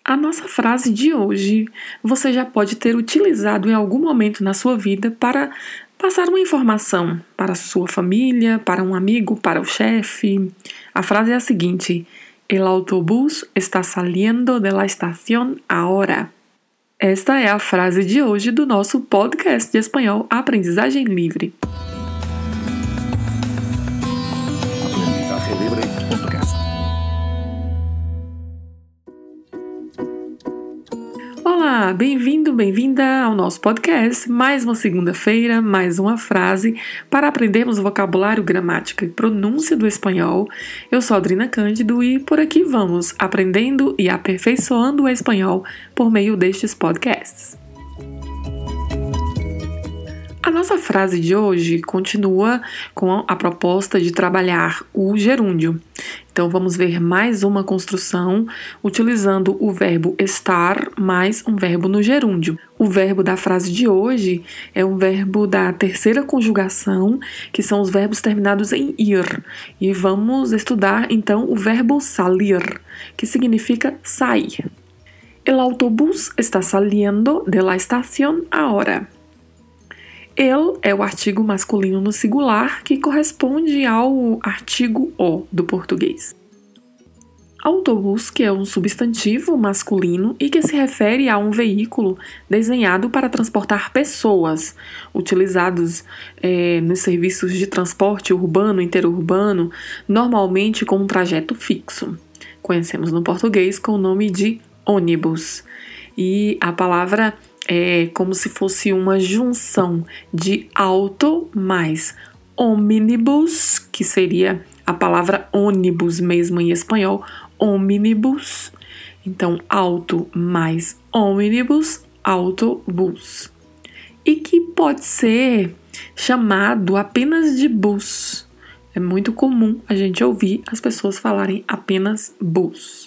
A nossa frase de hoje você já pode ter utilizado em algum momento na sua vida para passar uma informação para a sua família, para um amigo, para o chefe. A frase é a seguinte: El autobús está saliendo de la estación ahora. Esta é a frase de hoje do nosso podcast de espanhol Aprendizagem Livre. Aprendizaje Livre Podcast. Olá, bem-vindo, bem-vinda ao nosso podcast. Mais uma segunda-feira, mais uma frase para aprendermos o vocabulário, gramática e pronúncia do espanhol. Eu sou Adrina Cândido e por aqui vamos aprendendo e aperfeiçoando o espanhol por meio destes podcasts. A nossa frase de hoje continua com a proposta de trabalhar o gerúndio. Então, vamos ver mais uma construção utilizando o verbo estar mais um verbo no gerúndio. O verbo da frase de hoje é um verbo da terceira conjugação, que são os verbos terminados em ir. E vamos estudar, então, o verbo salir, que significa sair. El autobús está saliendo de la estación ahora. El é o artigo masculino no singular que corresponde ao artigo o do português. Autobus, que é um substantivo masculino e que se refere a um veículo desenhado para transportar pessoas, utilizados nos serviços de transporte urbano e interurbano, normalmente com um trajeto fixo. Conhecemos no português com o nome de ônibus. E a palavra é como se fosse uma junção de auto mais omnibus, que seria a palavra ônibus mesmo em espanhol, omnibus. Então, auto mais omnibus, autobus. E que pode ser chamado apenas de bus. É muito comum a gente ouvir as pessoas falarem apenas bus.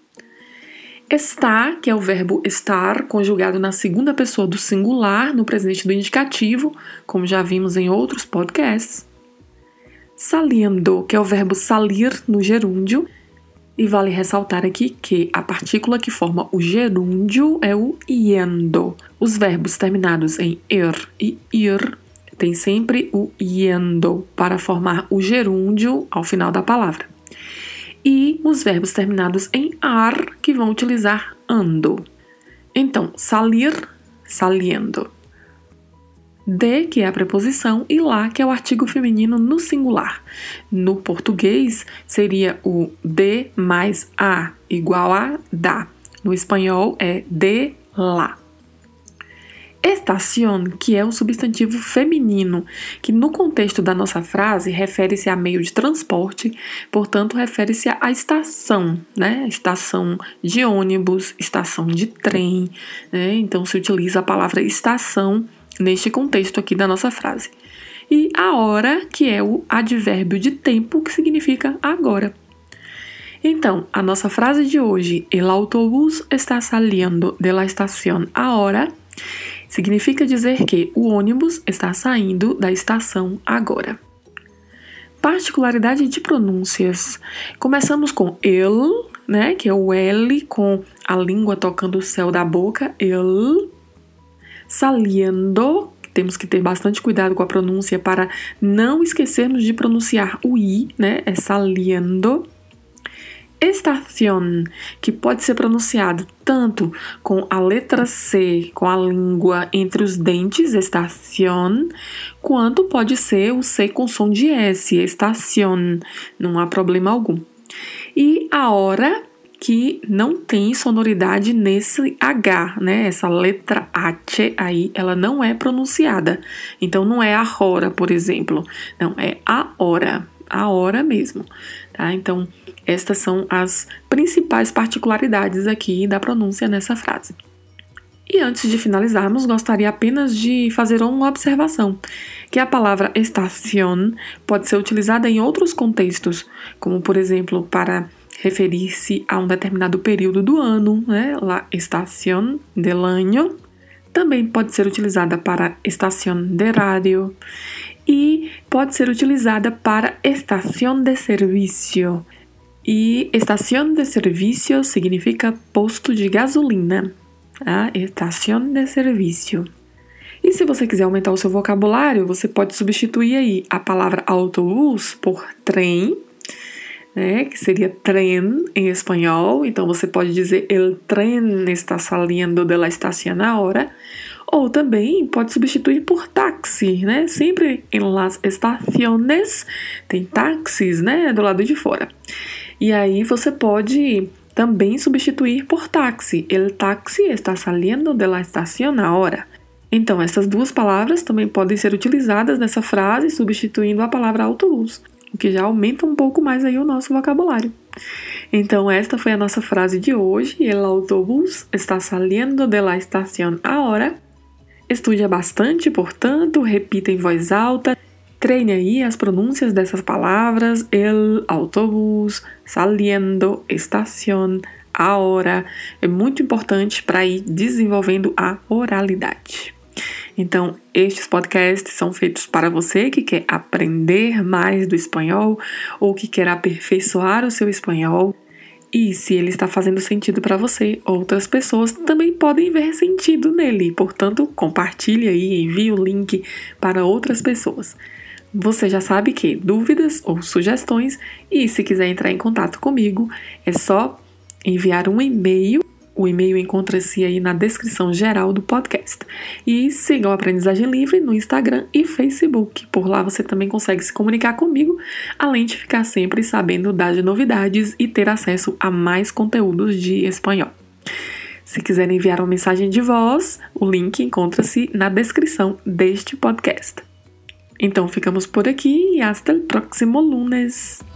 Está, que é o verbo estar, conjugado na segunda pessoa do singular, no presente do indicativo, como já vimos em outros podcasts. Saliendo, que é o verbo salir no gerúndio. E vale ressaltar aqui que a partícula que forma o gerúndio é o yendo. Os verbos terminados em er e ir têm sempre o yendo para formar o gerúndio ao final da palavra. E os verbos terminados em ar, que vão utilizar ando. Então, salir, saliendo. De, que é a preposição, e lá, que é o artigo feminino no singular. No português, seria o de mais a, igual a da. No espanhol, é de lá. Estación, que é um substantivo feminino, que no contexto da nossa frase refere-se a meio de transporte, portanto refere-se à estação, né? Estação de ônibus, estação de trem, né? Então se utiliza a palavra estação neste contexto aqui da nossa frase. E a hora, que é o advérbio de tempo, que significa agora. Então, a nossa frase de hoje, el autobús está saliendo de la estación ahora, significa dizer que o ônibus está saindo da estação agora. Particularidade de pronúncias. Começamos com el, né, que é o L com a língua tocando o céu da boca, el. Saliendo, temos que ter bastante cuidado com a pronúncia para não esquecermos de pronunciar o I, né, é saliendo. Estación, que pode ser pronunciado tanto com a letra C, com a língua entre os dentes, estación, quanto pode ser o C com som de S, estación, não há problema algum. E a hora, que não tem sonoridade nesse H, né? Essa letra H aí, ela não é pronunciada. Então, não é a hora, por exemplo. Não, é a hora mesmo, tá? Então, estas são as principais particularidades aqui da pronúncia nessa frase. E antes de finalizarmos, gostaria apenas de fazer uma observação, que a palavra estación pode ser utilizada em outros contextos, como, por exemplo, para referir-se a um determinado período do ano, né? La estación del año. Também pode ser utilizada para estación de radio e pode ser utilizada para estación de servicio. E estação de serviço significa posto de gasolina. Tá? Estação de serviço. E se você quiser aumentar o seu vocabulário, você pode substituir aí a palavra autobús por trem, né, que seria tren em espanhol. Então você pode dizer el tren está saliendo de la estación ahora. Ou também pode substituir por táxi, né? Sempre em las estaciones tem táxis, né, do lado de fora. E aí você pode também substituir por táxi. El taxi está saliendo de la estación ahora. Então, essas duas palavras também podem ser utilizadas nessa frase, substituindo a palavra autobús, o que já aumenta um pouco mais aí o nosso vocabulário. Então, esta foi a nossa frase de hoje. El autobús está saliendo de la estación ahora. Estude bastante, portanto, repita em voz alta. Treine aí as pronúncias dessas palavras. El autobús, saliendo, estación, ahora. É muito importante para ir desenvolvendo a oralidade. Então, estes podcasts são feitos para você que quer aprender mais do espanhol ou que quer aperfeiçoar o seu espanhol. E se ele está fazendo sentido para você, outras pessoas também podem ver sentido nele. Portanto, compartilhe aí, envie o link para outras pessoas. Você já sabe que dúvidas ou sugestões, e se quiser entrar em contato comigo, é só enviar um e-mail. O e-mail encontra-se aí na descrição geral do podcast. E siga o Aprendizagem Livre no Instagram e Facebook. Por lá você também consegue se comunicar comigo, além de ficar sempre sabendo das novidades e ter acesso a mais conteúdos de espanhol. Se quiser enviar uma mensagem de voz, o link encontra-se na descrição deste podcast. Então ficamos por aqui e hasta el próximo lunes.